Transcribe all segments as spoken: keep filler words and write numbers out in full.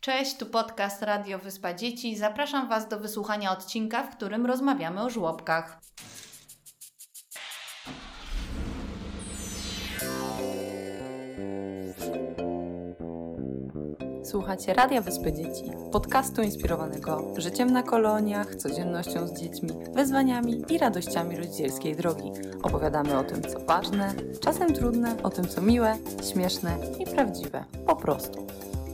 Cześć, tu podcast Radio Wyspa Dzieci. Zapraszam Was do wysłuchania odcinka, w którym rozmawiamy o żłobkach. Słuchacie Radia Wyspy Dzieci, podcastu inspirowanego życiem na koloniach, codziennością z dziećmi, wyzwaniami i radościami rodzicielskiej drogi. Opowiadamy o tym, co ważne, czasem trudne, o tym, co miłe, śmieszne i prawdziwe. Po prostu.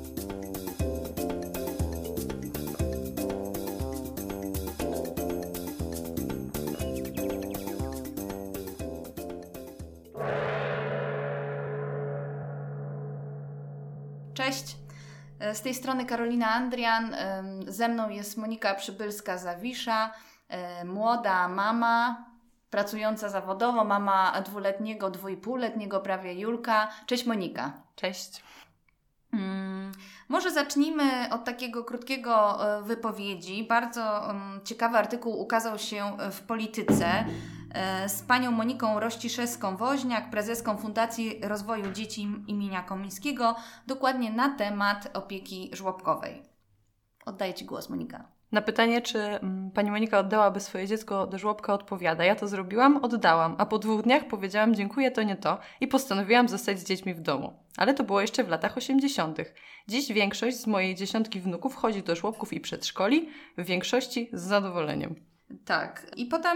Cześć, z tej strony Karolina Andrian, ze mną jest Monika Przybylska-Zawisza, młoda mama, pracująca zawodowo, mama dwuletniego, dwuipółletniego prawie Julka. Cześć Monika. Cześć. Hmm, może zacznijmy od takiego krótkiego wypowiedzi. Bardzo um, ciekawy artykuł ukazał się w Polityce z panią Moniką Rościszewską-Woźniak, prezeską Fundacji Rozwoju Dzieci imienia Komińskiego, dokładnie na temat opieki żłobkowej. Oddaję Ci głos, Monika. Na pytanie, czy mm, pani Monika oddałaby swoje dziecko do żłobka, odpowiada: ja to zrobiłam, oddałam, a po dwóch dniach powiedziałam: dziękuję, to nie to i postanowiłam zostać z dziećmi w domu. Ale to było jeszcze w latach osiemdziesiątych. Dziś większość z mojej dziesiątki wnuków chodzi do żłobków i przedszkoli, w większości z zadowoleniem. Tak. I potem,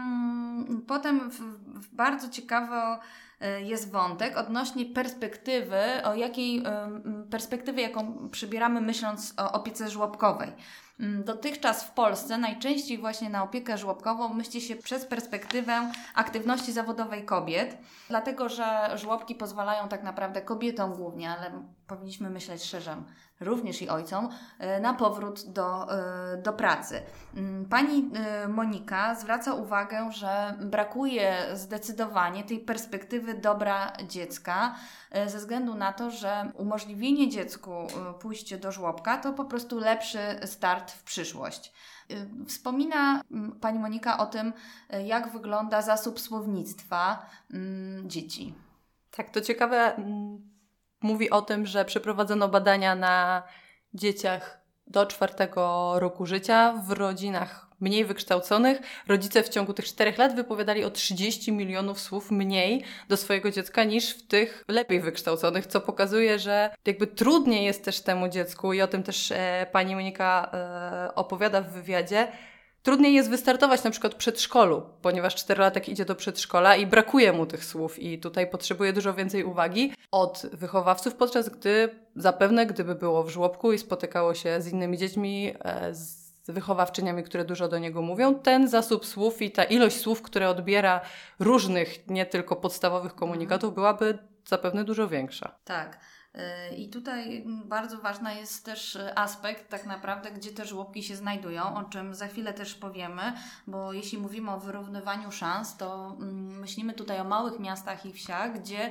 mm, potem w, w bardzo ciekawo jest wątek odnośnie perspektywy, o jakiej perspektywy, jaką przybieramy myśląc o opiece żłobkowej. Dotychczas w Polsce najczęściej właśnie na opiekę żłobkową myśli się przez perspektywę aktywności zawodowej kobiet, dlatego że żłobki pozwalają tak naprawdę kobietom głównie, ale powinniśmy myśleć szerzej, również i ojcom, na powrót do, do pracy. Pani Monika zwraca uwagę, że brakuje zdecydowanie tej perspektywy dobra dziecka ze względu na to, że umożliwienie dziecku pójście do żłobka to po prostu lepszy start w przyszłość. Wspomina pani Monika o tym, jak wygląda zasób słownictwa dzieci. Tak, to ciekawe. Mówi o tym, że przeprowadzono badania na dzieciach do czwartego roku życia w rodzinach mniej wykształconych. Rodzice w ciągu tych czterech lat wypowiadali o trzydzieści milionów słów mniej do swojego dziecka niż w tych lepiej wykształconych, co pokazuje, że jakby trudniej jest też temu dziecku i o tym też e, pani Monika e, opowiada w wywiadzie. Trudniej jest wystartować na przykład w przedszkolu, ponieważ czterolatek idzie do przedszkola i brakuje mu tych słów i tutaj potrzebuje dużo więcej uwagi od wychowawców, podczas gdy zapewne gdyby było w żłobku i spotykało się z innymi dziećmi, z wychowawczyniami, które dużo do niego mówią, ten zasób słów i ta ilość słów, które odbiera różnych, nie tylko podstawowych komunikatów, byłaby zapewne dużo większa. Tak. I tutaj bardzo ważny jest też aspekt tak naprawdę, gdzie te żłobki się znajdują, o czym za chwilę też powiemy, bo jeśli mówimy o wyrównywaniu szans, to myślimy tutaj o małych miastach i wsiach, gdzie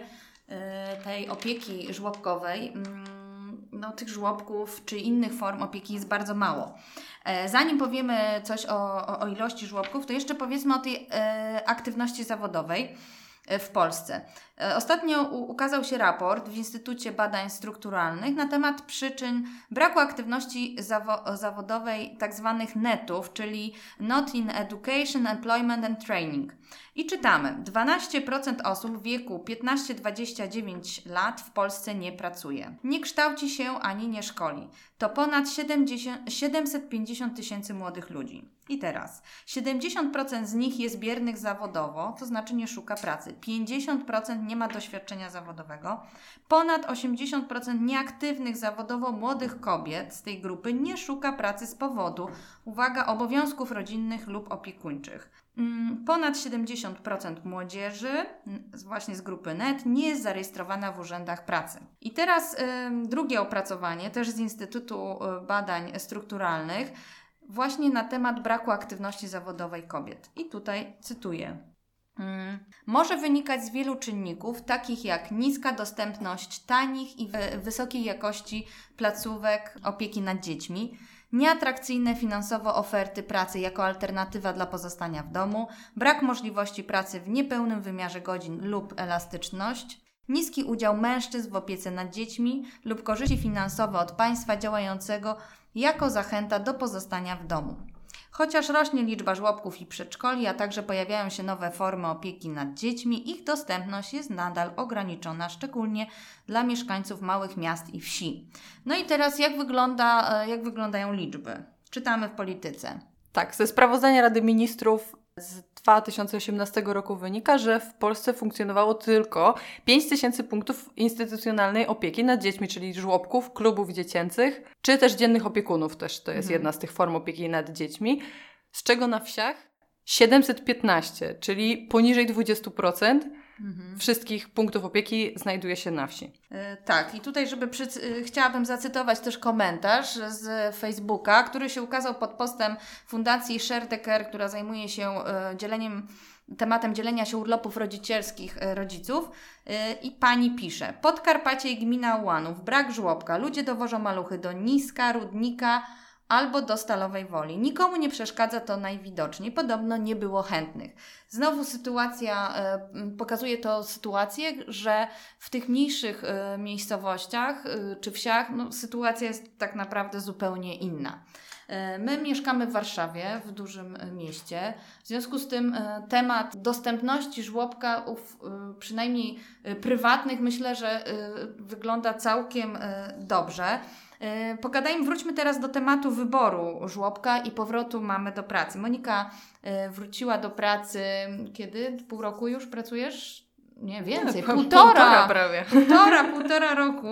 tej opieki żłobkowej, no tych żłobków czy innych form opieki jest bardzo mało. Zanim powiemy coś o, o ilości żłobków, to jeszcze powiedzmy o tej aktywności zawodowej w Polsce. Ostatnio ukazał się raport w Instytucie Badań Strukturalnych na temat przyczyn braku aktywności zawo- zawodowej tzw. netów, czyli Not in Education, Employment and Training. I czytamy: dwanaście procent osób w wieku piętnaście do dwudziestu dziewięciu lat w Polsce nie pracuje. Nie kształci się ani nie szkoli. To ponad siedemset pięćdziesiąt tysięcy młodych ludzi. I teraz siedemdziesiąt procent z nich jest biernych zawodowo, to znaczy nie szuka pracy. pięćdziesiąt procent nie ma doświadczenia zawodowego. Ponad osiemdziesiąt procent nieaktywnych zawodowo młodych kobiet z tej grupy nie szuka pracy z powodu, uwaga, obowiązków rodzinnych lub opiekuńczych. Ponad siedemdziesiąt procent młodzieży, właśnie z grupy net, nie jest zarejestrowana w urzędach pracy. I teraz y, drugie opracowanie, też z Instytutu Badań Strukturalnych, właśnie na temat braku aktywności zawodowej kobiet. I tutaj cytuję. Hmm. Może wynikać z wielu czynników, takich jak niska dostępność tanich i wysokiej jakości placówek opieki nad dziećmi, nieatrakcyjne finansowo oferty pracy jako alternatywa dla pozostania w domu, brak możliwości pracy w niepełnym wymiarze godzin lub elastyczność, niski udział mężczyzn w opiece nad dziećmi lub korzyści finansowe od państwa działającego jako zachęta do pozostania w domu. Chociaż rośnie liczba żłobków i przedszkoli, a także pojawiają się nowe formy opieki nad dziećmi, ich dostępność jest nadal ograniczona, szczególnie dla mieszkańców małych miast i wsi. No i teraz jak wygląda, jak wyglądają liczby? Czytamy w Polityce. Tak, ze sprawozdania Rady Ministrów z dwa tysiące osiemnastego roku wynika, że w Polsce funkcjonowało tylko pięć tysięcy punktów instytucjonalnej opieki nad dziećmi, czyli żłobków, klubów dziecięcych, czy też dziennych opiekunów, też to jest mhm. jedna z tych form opieki nad dziećmi, z czego na wsiach siedemset piętnaście, czyli poniżej dwadzieścia procent mhm. wszystkich punktów opieki znajduje się na wsi. Yy, tak, i tutaj, żeby przy... yy, chciałabym zacytować też komentarz z Facebooka, który się ukazał pod postem Fundacji Share the Care, która zajmuje się yy, dzieleniem, tematem dzielenia się urlopów rodzicielskich yy, rodziców. Yy, I pani pisze: Podkarpacie i gmina Ułanów, brak żłobka, ludzie dowożą maluchy do Niska, Rudnika albo do Stalowej Woli. Nikomu nie przeszkadza to najwidoczniej. Podobno nie było chętnych. Znowu sytuacja, y, pokazuje to sytuację, że w tych mniejszych y, miejscowościach y, czy wsiach no, sytuacja jest tak naprawdę zupełnie inna. Y, my mieszkamy w Warszawie, w dużym y, mieście. W związku z tym y, temat dostępności żłobka, ów, y, przynajmniej y, prywatnych, myślę, że y, wygląda całkiem y, dobrze. Pogadajmy, wróćmy teraz do tematu wyboru żłobka i powrotu mamy do pracy. Monika wróciła do pracy kiedy? Pół roku już pracujesz? Nie, więcej. Nie, półtora. Półtora prawie. Półtora, półtora roku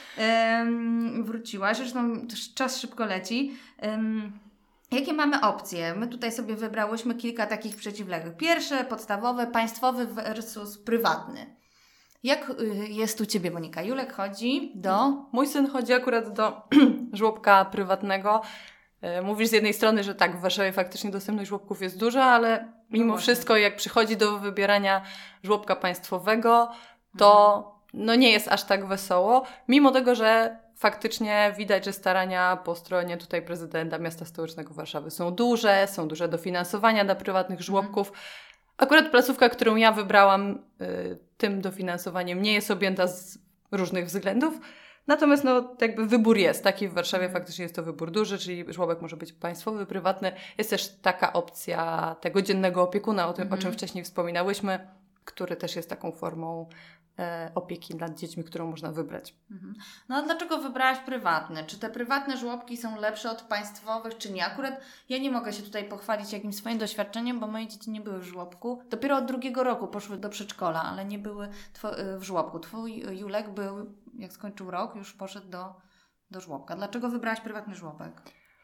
um, wróciłaś. Zresztą czas szybko leci. Um, Jakie mamy opcje? My tutaj sobie wybrałyśmy kilka takich przeciwległych. Pierwsze, podstawowe, państwowy versus prywatny. Jak jest u Ciebie, Monika? Julek chodzi do... Mój syn chodzi akurat do żłobka prywatnego. Mówisz z jednej strony, że tak, w Warszawie faktycznie dostępność żłobków jest duża, ale mimo no wszystko jak przychodzi do wybierania żłobka państwowego, to mhm. no nie jest aż tak wesoło. Mimo tego, że faktycznie widać, że starania po stronie tutaj prezydenta Miasta Stołecznego Warszawy są duże, są duże dofinansowania dla prywatnych żłobków. Mhm. Akurat placówka, którą ja wybrałam, y, tym dofinansowaniem nie jest objęta z różnych względów. Natomiast no, jakby wybór jest. Taki w Warszawie faktycznie jest to wybór duży, czyli żłobek może być państwowy, prywatny. Jest też taka opcja tego dziennego opiekuna, o tym, mm-hmm. o czym wcześniej wspominałyśmy, który też jest taką formą e, opieki nad dziećmi, którą można wybrać. Mm-hmm. No a dlaczego wybrałaś prywatne? Czy te prywatne żłobki są lepsze od państwowych, czy nie? Akurat ja nie mogę się tutaj pochwalić jakimś swoim doświadczeniem, bo moje dzieci nie były w żłobku. Dopiero od drugiego roku poszły do przedszkola, ale nie były tw- w żłobku. Twój Julek był, jak skończył rok, już poszedł do, do żłobka. Dlaczego wybrałaś prywatny żłobek?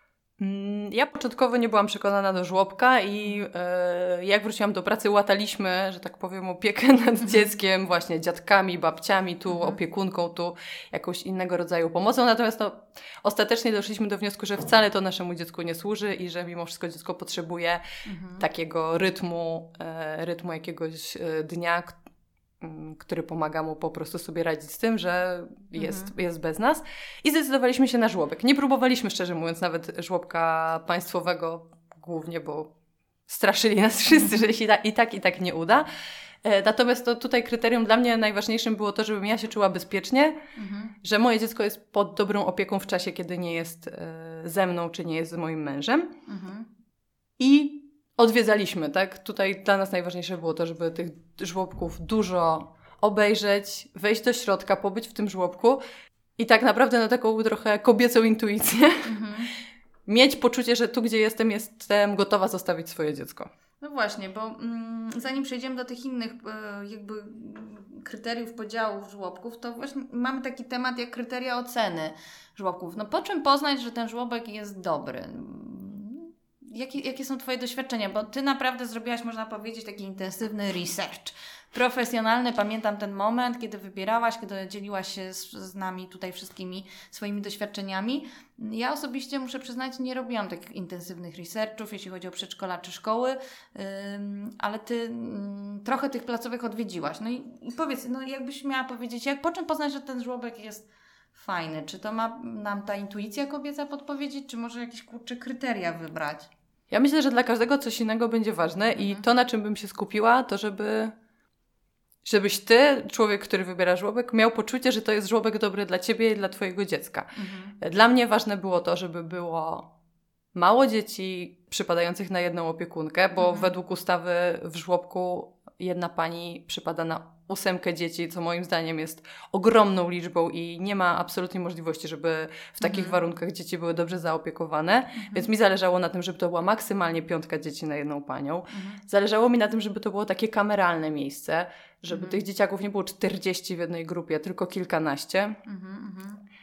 Ja początkowo nie byłam przekonana do żłobka i e, jak wróciłam do pracy, łataliśmy, że tak powiem, opiekę nad mhm. dzieckiem, właśnie dziadkami, babciami, tu mhm. opiekunką, tu jakąś innego rodzaju pomocą. Natomiast no, ostatecznie doszliśmy do wniosku, że wcale to naszemu dziecku nie służy i że mimo wszystko dziecko potrzebuje mhm. takiego rytmu, e, rytmu jakiegoś e, dnia, który pomaga mu po prostu sobie radzić z tym, że jest, mhm. jest bez nas. I zdecydowaliśmy się na żłobek. Nie próbowaliśmy, szczerze mówiąc, nawet żłobka państwowego, głównie, bo straszyli nas wszyscy, że się i tak, i tak nie uda. Natomiast to tutaj kryterium dla mnie najważniejszym było to, żebym ja się czuła bezpiecznie, mhm. że moje dziecko jest pod dobrą opieką w czasie, kiedy nie jest ze mną, czy nie jest z moim mężem. Mhm. I odwiedzaliśmy, tak? Tutaj dla nas najważniejsze było to, żeby tych żłobków dużo obejrzeć, wejść do środka, pobyć w tym żłobku i tak naprawdę na taką trochę kobiecą intuicję mhm. mieć poczucie, że tu, gdzie jestem, jestem gotowa zostawić swoje dziecko. No właśnie, bo mm, zanim przejdziemy do tych innych y, jakby kryteriów podziałów żłobków, to właśnie mamy taki temat jak kryteria oceny żłobków. No po czym poznać, że ten żłobek jest dobry? Jakie, jakie są Twoje doświadczenia? Bo Ty naprawdę zrobiłaś, można powiedzieć, taki intensywny research profesjonalny. Pamiętam ten moment, kiedy wybierałaś, kiedy dzieliłaś się z, z nami tutaj wszystkimi swoimi doświadczeniami. Ja osobiście, muszę przyznać, nie robiłam takich intensywnych researchów, jeśli chodzi o przedszkola czy szkoły, yy, ale Ty yy, trochę tych placówek odwiedziłaś. No i, i powiedz, no jakbyś miała powiedzieć, jak, po czym poznać, że ten żłobek jest fajny? Czy to ma nam ta intuicja kobieca podpowiedzieć, czy może jakieś kurcze kryteria wybrać? Ja myślę, że dla każdego coś innego będzie ważne mhm. i to, na czym bym się skupiła, to żeby żebyś ty, człowiek, który wybiera żłobek, miał poczucie, że to jest żłobek dobry dla ciebie i dla twojego dziecka. Mhm. Dla mnie ważne było to, żeby było mało dzieci przypadających na jedną opiekunkę, bo mhm. według ustawy w żłobku jedna pani przypada na ósemkę dzieci, co moim zdaniem jest ogromną liczbą i nie ma absolutnie możliwości, żeby w takich mhm. warunkach dzieci były dobrze zaopiekowane. Mhm. Więc mi zależało na tym, żeby to była maksymalnie piątka dzieci na jedną panią. Mhm. Zależało mi na tym, żeby to było takie kameralne miejsce, żeby mhm. tych dzieciaków nie było czterdzieści w jednej grupie, tylko kilkanaście. Mhm,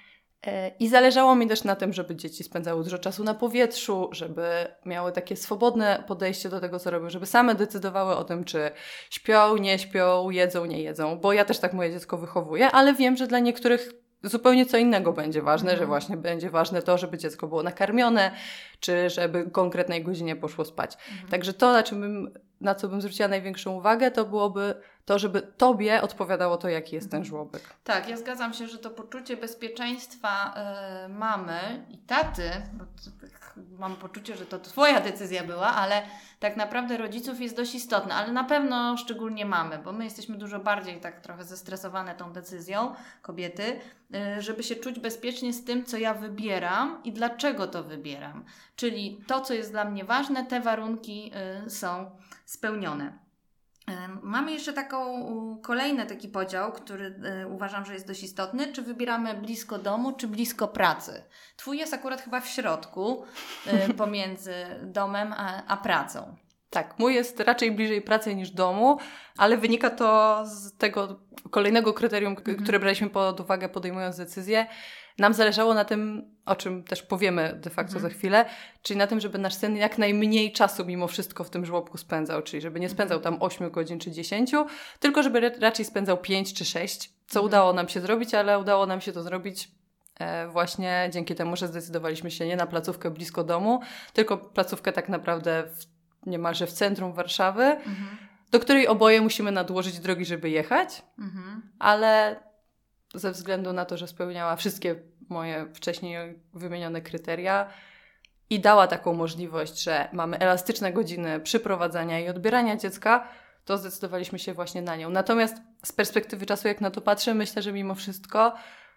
I zależało mi też na tym, żeby dzieci spędzały dużo czasu na powietrzu, żeby miały takie swobodne podejście do tego, co robią, żeby same decydowały o tym, czy śpią, nie śpią, jedzą, nie jedzą, bo ja też tak moje dziecko wychowuję, ale wiem, że dla niektórych zupełnie co innego będzie ważne, mm. że właśnie będzie ważne to, żeby dziecko było nakarmione, czy żeby konkretnej godzinie poszło spać. Mm. Także to, na czym bym, na co bym zwróciła największą uwagę, to byłoby to, żeby tobie odpowiadało to, jaki jest ten żłobek. Tak, ja zgadzam się, że to poczucie bezpieczeństwa y, mamy i taty, bo to, tak, mam poczucie, że to twoja decyzja była, ale tak naprawdę rodziców jest dość istotne, ale na pewno szczególnie mamy, bo my jesteśmy dużo bardziej tak trochę zestresowane tą decyzją, kobiety, y, żeby się czuć bezpiecznie z tym, co ja wybieram i dlaczego to wybieram. Czyli to, co jest dla mnie ważne, te warunki y, są spełnione. Mamy jeszcze taką kolejny taki podział, który y, uważam, że jest dość istotny. Czy wybieramy blisko domu, czy blisko pracy? Twój jest akurat chyba w środku y, pomiędzy domem a, a pracą. Tak, mój jest raczej bliżej pracy niż domu, ale wynika to z tego kolejnego kryterium, mhm. które braliśmy pod uwagę, podejmując decyzję. Nam zależało na tym, o czym też powiemy de facto mhm. za chwilę, czyli na tym, żeby nasz syn jak najmniej czasu mimo wszystko w tym żłobku spędzał, czyli żeby nie spędzał tam ośmiu godzin czy dziesięciu, tylko żeby raczej spędzał pięć czy sześć, co mhm. udało nam się zrobić, ale udało nam się to zrobić e, właśnie dzięki temu, że zdecydowaliśmy się nie na placówkę blisko domu, tylko placówkę tak naprawdę w, niemalże w centrum Warszawy, mhm. do której oboje musimy nadłożyć drogi, żeby jechać, mhm. ale ze względu na to, że spełniała wszystkie moje wcześniej wymienione kryteria i dała taką możliwość, że mamy elastyczne godziny przyprowadzania i odbierania dziecka, to zdecydowaliśmy się właśnie na nią. Natomiast z perspektywy czasu, jak na to patrzę, myślę, że mimo wszystko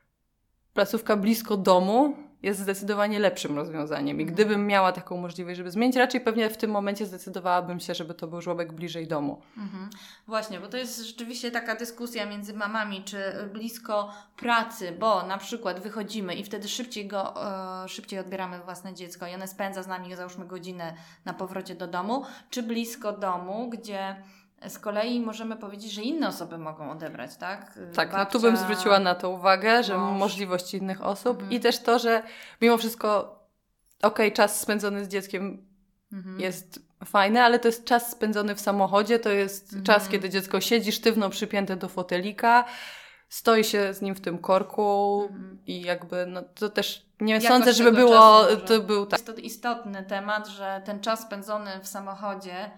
placówka blisko domu jest zdecydowanie lepszym rozwiązaniem. I gdybym miała taką możliwość, żeby zmienić, raczej pewnie w tym momencie zdecydowałabym się, żeby to był żłobek bliżej domu. Mhm. Właśnie, bo to jest rzeczywiście taka dyskusja między mamami, czy blisko pracy, bo na przykład wychodzimy i wtedy szybciej go, e, szybciej odbieramy własne dziecko i one spędza z nami, załóżmy, godzinę na powrocie do domu, czy blisko domu, gdzie z kolei możemy powiedzieć, że inne osoby mogą odebrać, tak? Tak, Babcia, no tu bym zwróciła na to uwagę, że mąż. Możliwości innych osób mhm. i też to, że mimo wszystko okej, okay, czas spędzony z dzieckiem mhm. jest fajny, ale to jest czas spędzony w samochodzie, to jest mhm. czas, kiedy dziecko siedzi sztywno przypięte do fotelika, stoi się z nim w tym korku mhm. i jakby no to też nie Jakoś sądzę, żeby było... To był tak. Jest to istotny temat, że ten czas spędzony w samochodzie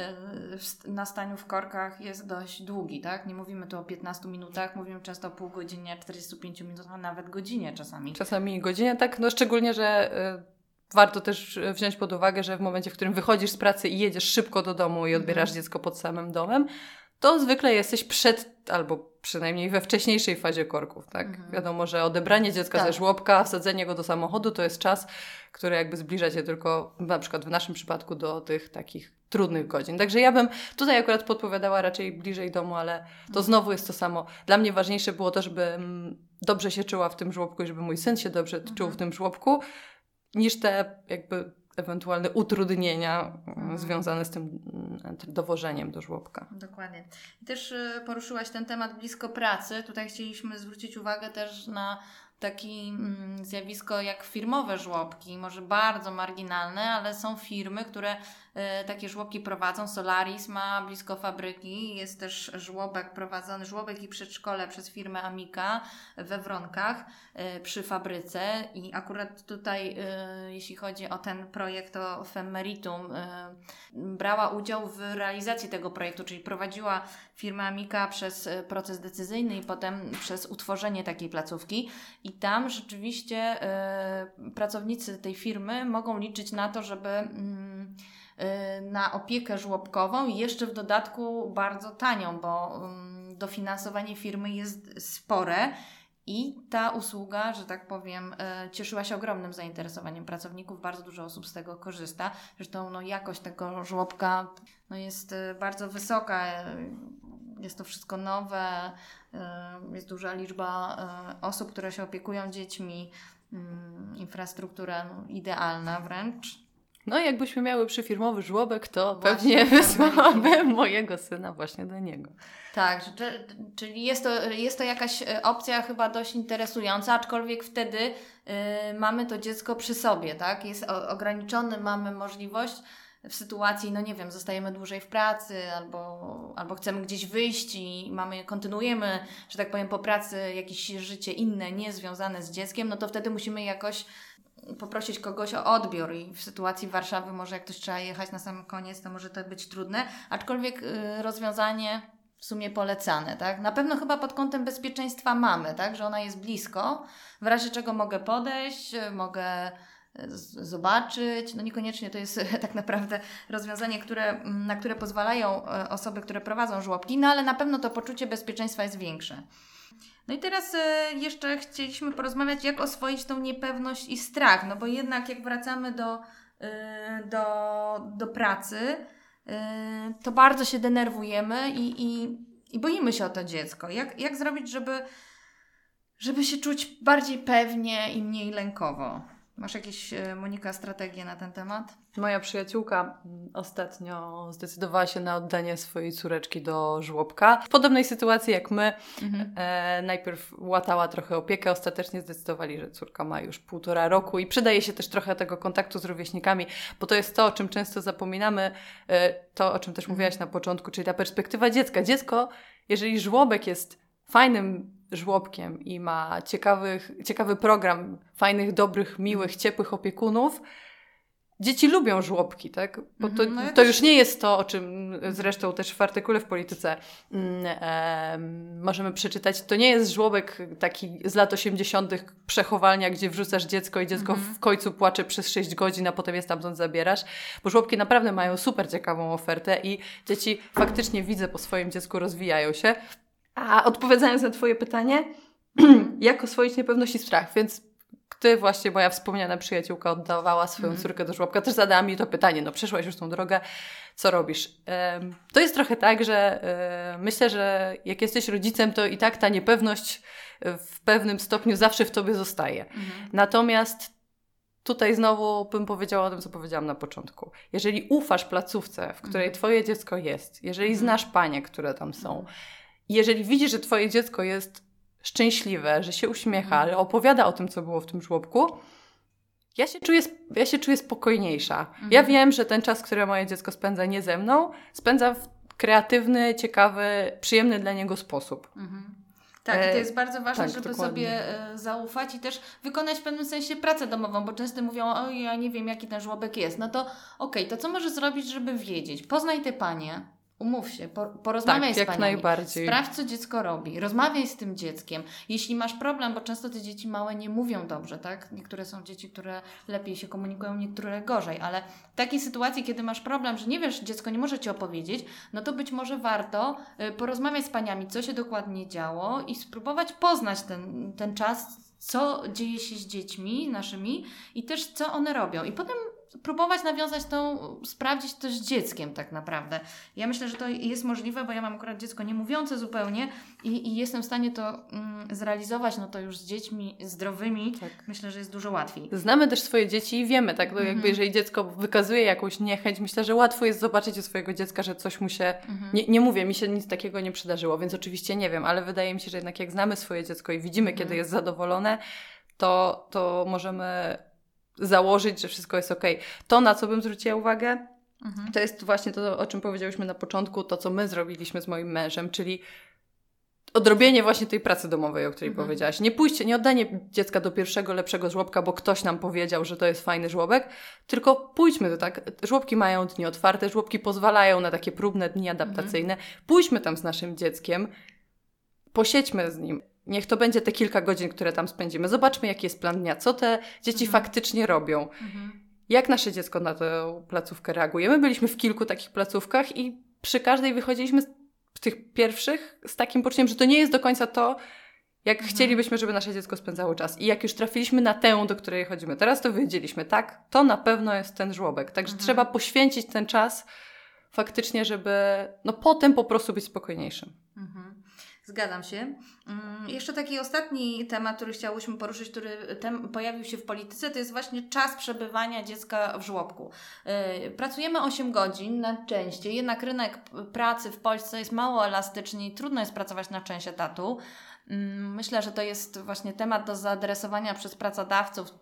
na staniu w korkach jest dość długi, tak? Nie mówimy tu o piętnastu minutach, mówimy często o pół godzinie, czterdziestu pięciu minutach, a nawet godzinie czasami. Czasami godzinie, tak, no szczególnie, że y, warto też wziąć pod uwagę, że w momencie, w którym wychodzisz z pracy i jedziesz szybko do domu i odbierasz mhm. dziecko pod samym domem, to zwykle jesteś przed, albo przynajmniej we wcześniejszej fazie korków, tak? Mhm. Wiadomo, że odebranie dziecka tak. ze żłobka, wsadzenie go do samochodu to jest czas, który jakby zbliża cię tylko, na przykład w naszym przypadku, do tych takich trudnych godzin. Także ja bym tutaj akurat podpowiadała raczej bliżej domu, ale to mhm. znowu jest to samo. Dla mnie ważniejsze było to, żebym dobrze się czuła w tym żłobku i żeby mój syn się dobrze mhm. czuł w tym żłobku, niż te jakby ewentualne utrudnienia mhm. związane z tym dowożeniem do żłobka. Dokładnie. I też poruszyłaś ten temat blisko pracy. Tutaj chcieliśmy zwrócić uwagę też na takie mm, zjawisko jak firmowe żłobki, może bardzo marginalne, ale są firmy, które y, takie żłobki prowadzą. Solaris ma blisko fabryki, jest też żłobek prowadzony, żłobek i przedszkole przez firmę Amika we Wronkach y, przy fabryce i akurat tutaj y, jeśli chodzi o ten projekt o Femmeritum, y, brała udział w realizacji tego projektu, czyli prowadziła firma Amika przez proces decyzyjny i potem przez utworzenie takiej placówki. I tam rzeczywiście y, pracownicy tej firmy mogą liczyć na to, żeby y, y, na opiekę żłobkową i jeszcze w dodatku bardzo tanią, bo y, dofinansowanie firmy jest spore i ta usługa, że tak powiem, cieszyła się ogromnym zainteresowaniem pracowników. Bardzo dużo osób z tego korzysta. Zresztą no, jakość tego żłobka no, jest bardzo wysoka. Jest to wszystko nowe. Jest duża liczba osób, które się opiekują dziećmi. Infrastruktura no, idealna wręcz. No i jakbyśmy miały przyfirmowy żłobek, to właśnie, pewnie wysłałabym mojego syna właśnie do niego. Tak, czyli jest to, jest to jakaś opcja chyba dość interesująca, aczkolwiek wtedy y, mamy to dziecko przy sobie, tak? Jest ograniczony, mamy możliwość w sytuacji, no nie wiem, zostajemy dłużej w pracy albo, albo chcemy gdzieś wyjść i mamy, kontynuujemy, że tak powiem, po pracy jakieś życie inne, niezwiązane z dzieckiem, no to wtedy musimy jakoś poprosić kogoś o odbiór i w sytuacji Warszawy może jak ktoś trzeba jechać na sam koniec, to może to być trudne, aczkolwiek y, rozwiązanie w sumie polecane, tak? Na pewno chyba pod kątem bezpieczeństwa mamy, tak? Że ona jest blisko, w razie czego mogę podejść, mogę z- zobaczyć, no niekoniecznie to jest tak naprawdę rozwiązanie, które, na które pozwalają osoby, które prowadzą żłobki, no ale na pewno to poczucie bezpieczeństwa jest większe. No i teraz e, jeszcze chcieliśmy porozmawiać, jak oswoić tą niepewność i strach, no bo jednak jak wracamy do, e, do, do pracy, e, to bardzo się denerwujemy i, i, i boimy się o to dziecko. Jak, jak zrobić, żeby, żeby się czuć bardziej pewnie i mniej lękowo? Masz jakieś, e, Monika, strategie na ten temat? Moja przyjaciółka ostatnio zdecydowała się na oddanie swojej córeczki do żłobka. W podobnej sytuacji jak my. Mhm. E, najpierw łatała trochę opiekę, ostatecznie zdecydowali, że córka ma już półtora roku i przydaje się też trochę tego kontaktu z rówieśnikami, bo to jest to, o czym często zapominamy, e, to, o czym też mówiłaś na początku, czyli ta perspektywa dziecka. Dziecko, jeżeli żłobek jest fajnym żłobkiem i ma ciekawych, ciekawy program, fajnych, dobrych, miłych, ciepłych opiekunów, dzieci lubią żłobki, tak? Bo to, no ja to też... już nie jest to, o czym zresztą też w artykule w Polityce e, możemy przeczytać. To nie jest żłobek taki z lat osiemdziesiątych, przechowalnia, gdzie wrzucasz dziecko i dziecko mm-hmm. w końcu płacze przez sześć godzin, a potem je stamtąd zabierasz. Bo żłobki naprawdę mają super ciekawą ofertę i dzieci faktycznie, widzę, po swoim dziecku rozwijają się. A odpowiadając na Twoje pytanie, jak oswoić niepewność i strach, więc Ty właśnie, moja wspomniana przyjaciółka, oddawała swoją mm. córkę do żłobka, też zadała mi to pytanie, no przeszłaś już tą drogę, co robisz? Um, to jest trochę tak, że um, myślę, że jak jesteś rodzicem, to i tak ta niepewność w pewnym stopniu zawsze w Tobie zostaje. Mm. Natomiast tutaj znowu bym powiedziała o tym, co powiedziałam na początku. Jeżeli ufasz placówce, w której mm. Twoje dziecko jest, jeżeli mm. znasz panie, które tam są, mm. i jeżeli widzisz, że Twoje dziecko jest szczęśliwe, że się uśmiecha, ale opowiada o tym, co było w tym żłobku, ja się czuję, ja się czuję spokojniejsza. Mhm. Ja wiem, że ten czas, który moje dziecko spędza nie ze mną, spędza w kreatywny, ciekawy, przyjemny dla niego sposób. Mhm. Tak, i to jest bardzo ważne, tak, żeby dokładnie. sobie zaufać i też wykonać w pewnym sensie pracę domową, bo często mówią, o ja nie wiem, jaki ten żłobek jest. No to okej, okay, to co możesz zrobić, żeby wiedzieć? Poznaj te panie. Umów się, porozmawiaj tak, z jak paniami, najbardziej. Sprawdź, co dziecko robi, rozmawiaj z tym dzieckiem. Jeśli masz problem, bo często te dzieci małe nie mówią dobrze, tak? Niektóre są dzieci, które lepiej się komunikują, niektóre gorzej, ale w takiej sytuacji, kiedy masz problem, że nie wiesz, dziecko nie może Ci opowiedzieć, no to być może warto porozmawiać z paniami, co się dokładnie działo i spróbować poznać ten, ten czas, co dzieje się z dziećmi naszymi i też co one robią. I potem próbować nawiązać tą, sprawdzić to z dzieckiem tak naprawdę. Ja myślę, że to jest możliwe, bo ja mam akurat dziecko niemówiące zupełnie i, i jestem w stanie to mm, zrealizować, no to już z dziećmi zdrowymi, tak. Myślę, że jest dużo łatwiej. Znamy też swoje dzieci i wiemy, tak, no mm-hmm. jakby jeżeli dziecko wykazuje jakąś niechęć, myślę, że łatwo jest zobaczyć u swojego dziecka, że coś mu się, mm-hmm. nie, nie mówię, mi się nic takiego nie przydarzyło, więc oczywiście nie wiem, ale wydaje mi się, że jednak jak znamy swoje dziecko i widzimy, mm-hmm. kiedy jest zadowolone, to, to możemy założyć, że wszystko jest okej. Okay. To, na co bym zwróciła uwagę, mhm. to jest właśnie to, o czym powiedziałyśmy na początku, to, co my zrobiliśmy z moim mężem, czyli odrobienie właśnie tej pracy domowej, o której mhm. powiedziałaś. Nie pójście, nie oddanie dziecka do pierwszego, lepszego żłobka, bo ktoś nam powiedział, że to jest fajny żłobek, tylko pójdźmy do tak. Żłobki mają dni otwarte, żłobki pozwalają na takie próbne dni adaptacyjne. Mhm. Pójdźmy tam z naszym dzieckiem, posiedźmy z nim. Niech to będzie te kilka godzin, które tam spędzimy. Zobaczmy, jaki jest plan dnia, co te dzieci mhm. faktycznie robią. Mhm. Jak nasze dziecko na tę placówkę reaguje. My byliśmy w kilku takich placówkach i przy każdej wychodziliśmy w tych pierwszych z takim poczuciem, że to nie jest do końca to, jak mhm. chcielibyśmy, żeby nasze dziecko spędzało czas. I jak już trafiliśmy na tę, do której chodzimy, teraz to wiedzieliśmy, tak, to na pewno jest ten żłobek. Także mhm. trzeba poświęcić ten czas faktycznie, żeby no potem po prostu być spokojniejszym. Mhm. Zgadzam się. Jeszcze taki ostatni temat, który chciałyśmy poruszyć, który tem- pojawił się w polityce, to jest właśnie czas przebywania dziecka w żłobku. Yy, pracujemy osiem godzin najczęściej, jednak rynek pracy w Polsce jest mało elastyczny i trudno jest pracować na część etatu. Myślę, że to jest właśnie temat do zaadresowania przez pracodawców.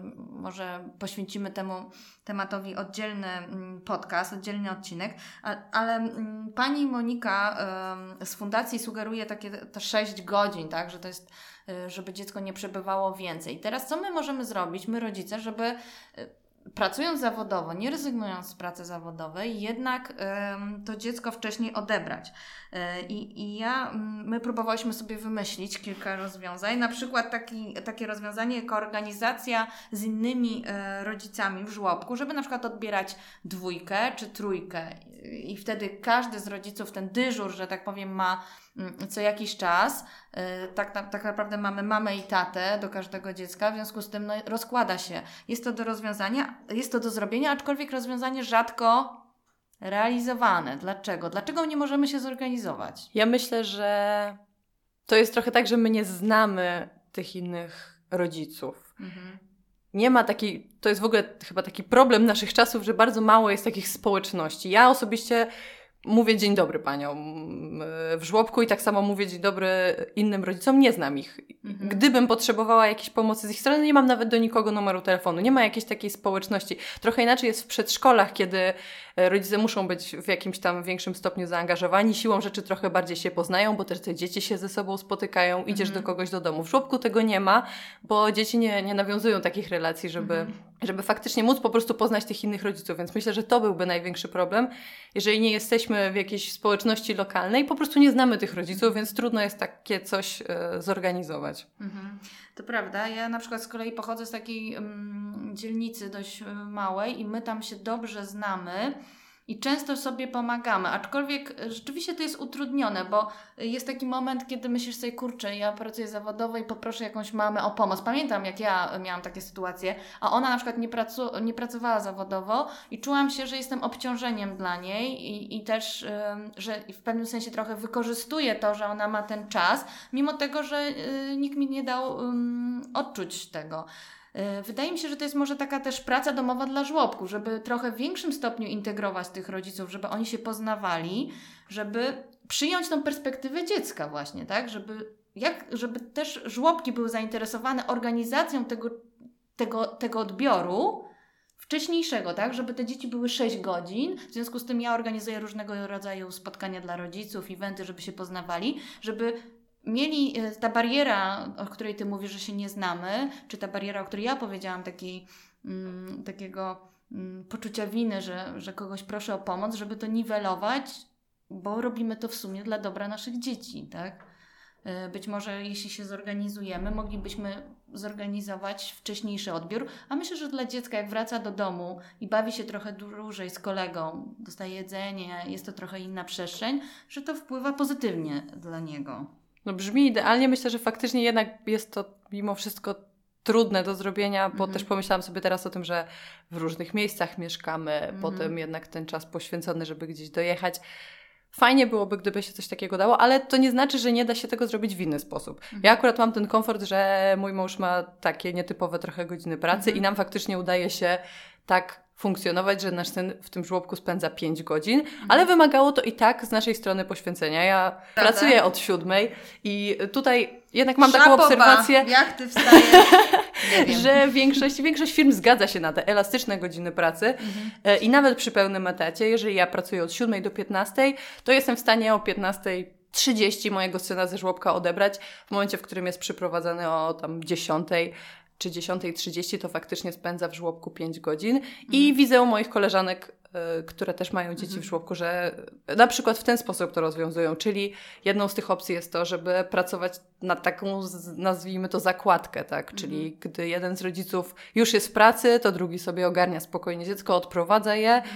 Może poświęcimy temu tematowi oddzielny podcast, oddzielny odcinek, ale pani Monika z fundacji sugeruje takie te sześć godzin, tak, że to jest, żeby dziecko nie przebywało więcej. Teraz co my możemy zrobić, my rodzice, żeby pracując zawodowo, nie rezygnując z pracy zawodowej, jednak ym, to dziecko wcześniej odebrać. Yy, I ja, my próbowałyśmy sobie wymyślić kilka rozwiązań, na przykład taki, takie rozwiązanie jako organizacja z innymi y, rodzicami w żłobku, żeby na przykład odbierać dwójkę czy trójkę i wtedy każdy z rodziców ten dyżur, że tak powiem, ma co jakiś czas. Tak, na, tak naprawdę mamy mamę i tatę do każdego dziecka, w związku z tym no, rozkłada się. Jest to do rozwiązania, jest to do zrobienia, aczkolwiek rozwiązanie rzadko realizowane. Dlaczego? Dlaczego nie możemy się zorganizować? Ja myślę, że to jest trochę tak, że my nie znamy tych innych rodziców. Mhm. Nie ma takiej, to jest w ogóle chyba taki problem naszych czasów, że bardzo mało jest takich społeczności. Ja osobiście mówię dzień dobry paniom w żłobku i tak samo mówię dzień dobry innym rodzicom, nie znam ich. Mhm. Gdybym potrzebowała jakiejś pomocy z ich strony, nie mam nawet do nikogo numeru telefonu, nie ma jakiejś takiej społeczności. Trochę inaczej jest w przedszkolach, kiedy rodzice muszą być w jakimś tam większym stopniu zaangażowani, siłą rzeczy trochę bardziej się poznają, bo też te dzieci się ze sobą spotykają, idziesz mhm. do kogoś do domu. W żłobku tego nie ma, bo dzieci nie, nie nawiązują takich relacji, żeby, mhm. żeby faktycznie móc po prostu poznać tych innych rodziców, więc myślę, że to byłby największy problem, jeżeli nie jesteśmy w jakiejś społeczności lokalnej, po prostu nie znamy tych rodziców, więc trudno jest takie coś e, zorganizować. Mhm. To prawda. Ja na przykład z kolei pochodzę z takiej um, dzielnicy dość małej i my tam się dobrze znamy i często sobie pomagamy, aczkolwiek rzeczywiście to jest utrudnione, bo jest taki moment, kiedy myślisz sobie, kurczę, ja pracuję zawodowo i poproszę jakąś mamę o pomoc. Pamiętam, jak ja miałam takie sytuacje, a ona na przykład nie, pracu- nie pracowała zawodowo i czułam się, że jestem obciążeniem dla niej i, i też, ym, że w pewnym sensie trochę wykorzystuję to, że ona ma ten czas, mimo tego, że y, nikt mi nie dał ym, odczuć tego. Wydaje mi się, że to jest może taka też praca domowa dla żłobku, żeby trochę w większym stopniu integrować tych rodziców, żeby oni się poznawali, żeby przyjąć tą perspektywę dziecka właśnie, tak? Żeby, jak, żeby też żłobki były zainteresowane organizacją tego, tego, tego odbioru wcześniejszego, tak? Żeby te dzieci były sześć godzin, w związku z tym ja organizuję różnego rodzaju spotkania dla rodziców, eventy, żeby się poznawali, żeby mieli ta bariera, o której Ty mówisz, że się nie znamy, czy ta bariera, o której ja powiedziałam, takiej, mm, takiego mm, poczucia winy, że, że kogoś proszę o pomoc, żeby to niwelować, bo robimy to w sumie dla dobra naszych dzieci, tak? Być może jeśli się zorganizujemy, moglibyśmy zorganizować wcześniejszy odbiór, a myślę, że dla dziecka, jak wraca do domu i bawi się trochę dłużej z kolegą, dostaje jedzenie, jest to trochę inna przestrzeń, że to wpływa pozytywnie dla niego. No brzmi idealnie, myślę, że faktycznie jednak jest to mimo wszystko trudne do zrobienia, bo mm-hmm. też pomyślałam sobie teraz o tym, że w różnych miejscach mieszkamy, mm-hmm. potem jednak ten czas poświęcony, żeby gdzieś dojechać. Fajnie byłoby, gdyby się coś takiego dało, ale to nie znaczy, że nie da się tego zrobić w inny sposób. Mm-hmm. Ja akurat mam ten komfort, że mój mąż ma takie nietypowe trochę godziny pracy mm-hmm. i nam faktycznie udaje się tak funkcjonować, że nasz syn w tym żłobku spędza pięć godzin, mhm. ale wymagało to i tak z naszej strony poświęcenia. Ja Prawda? pracuję od siódmej i tutaj jednak mam Szapoba, taką obserwację, jak ty wstajesz? Nie wiem. że większość, większość firm zgadza się na te elastyczne godziny pracy mhm. i nawet przy pełnym etacie, jeżeli ja pracuję od siódmej do piętnastej, to jestem w stanie o piętnastej trzydzieści mojego syna ze żłobka odebrać w momencie, w którym jest przyprowadzany o tam dziesiątej czy dziesiątej trzydzieści, to faktycznie spędza w żłobku pięć godzin mm. i widzę u moich koleżanek, y, które też mają dzieci mm. w żłobku, że na przykład w ten sposób to rozwiązują, czyli jedną z tych opcji jest to, żeby pracować na taką, nazwijmy to, zakładkę, tak, mm. czyli gdy jeden z rodziców już jest w pracy, to drugi sobie ogarnia spokojnie dziecko, odprowadza je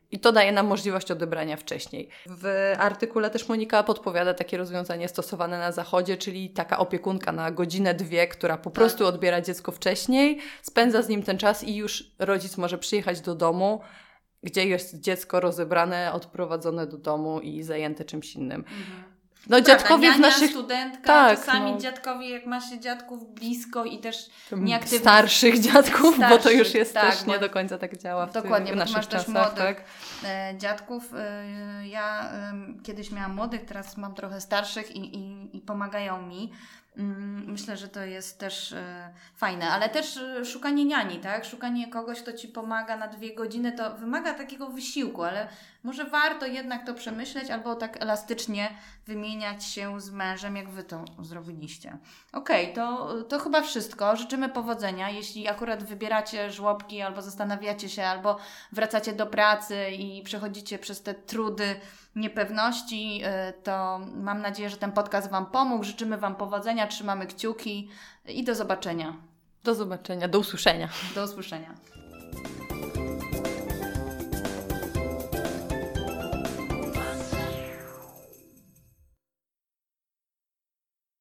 I to daje nam możliwość odebrania wcześniej. W artykule też Monika podpowiada takie rozwiązanie stosowane na zachodzie, czyli taka opiekunka na godzinę, dwie, która po prostu tak. odbiera dziecko wcześniej, spędza z nim ten czas i już rodzic może przyjechać do domu, gdzie jest dziecko rozebrane, odprowadzone do domu i zajęte czymś innym. Mhm. No Prawda, dziadkowie niania, w naszych... studentka, tak, czasami no. dziadkowie, jak ma się dziadków blisko i też nieaktywnych... Starszych dziadków, starszych, bo to już jest tak, też nie do końca tak działa w, dokładnie, w naszych masz czasach. Też młodych tak? dziadków. Ja kiedyś miałam młodych, teraz mam trochę starszych i, i, i pomagają mi. Myślę, że to jest też e, fajne, ale też e, szukanie niani, tak? Szukanie kogoś, kto Ci pomaga na dwie godziny, to wymaga takiego wysiłku, ale może warto jednak to przemyśleć albo tak elastycznie wymieniać się z mężem, jak Wy to zrobiliście. Okej, okay, to, to chyba wszystko. Życzymy powodzenia. Jeśli akurat wybieracie żłobki albo zastanawiacie się, albo wracacie do pracy i przechodzicie przez te trudy, niepewności, to mam nadzieję, że ten podcast Wam pomógł. Życzymy Wam powodzenia, trzymamy kciuki i do zobaczenia. Do zobaczenia, do usłyszenia. Do usłyszenia.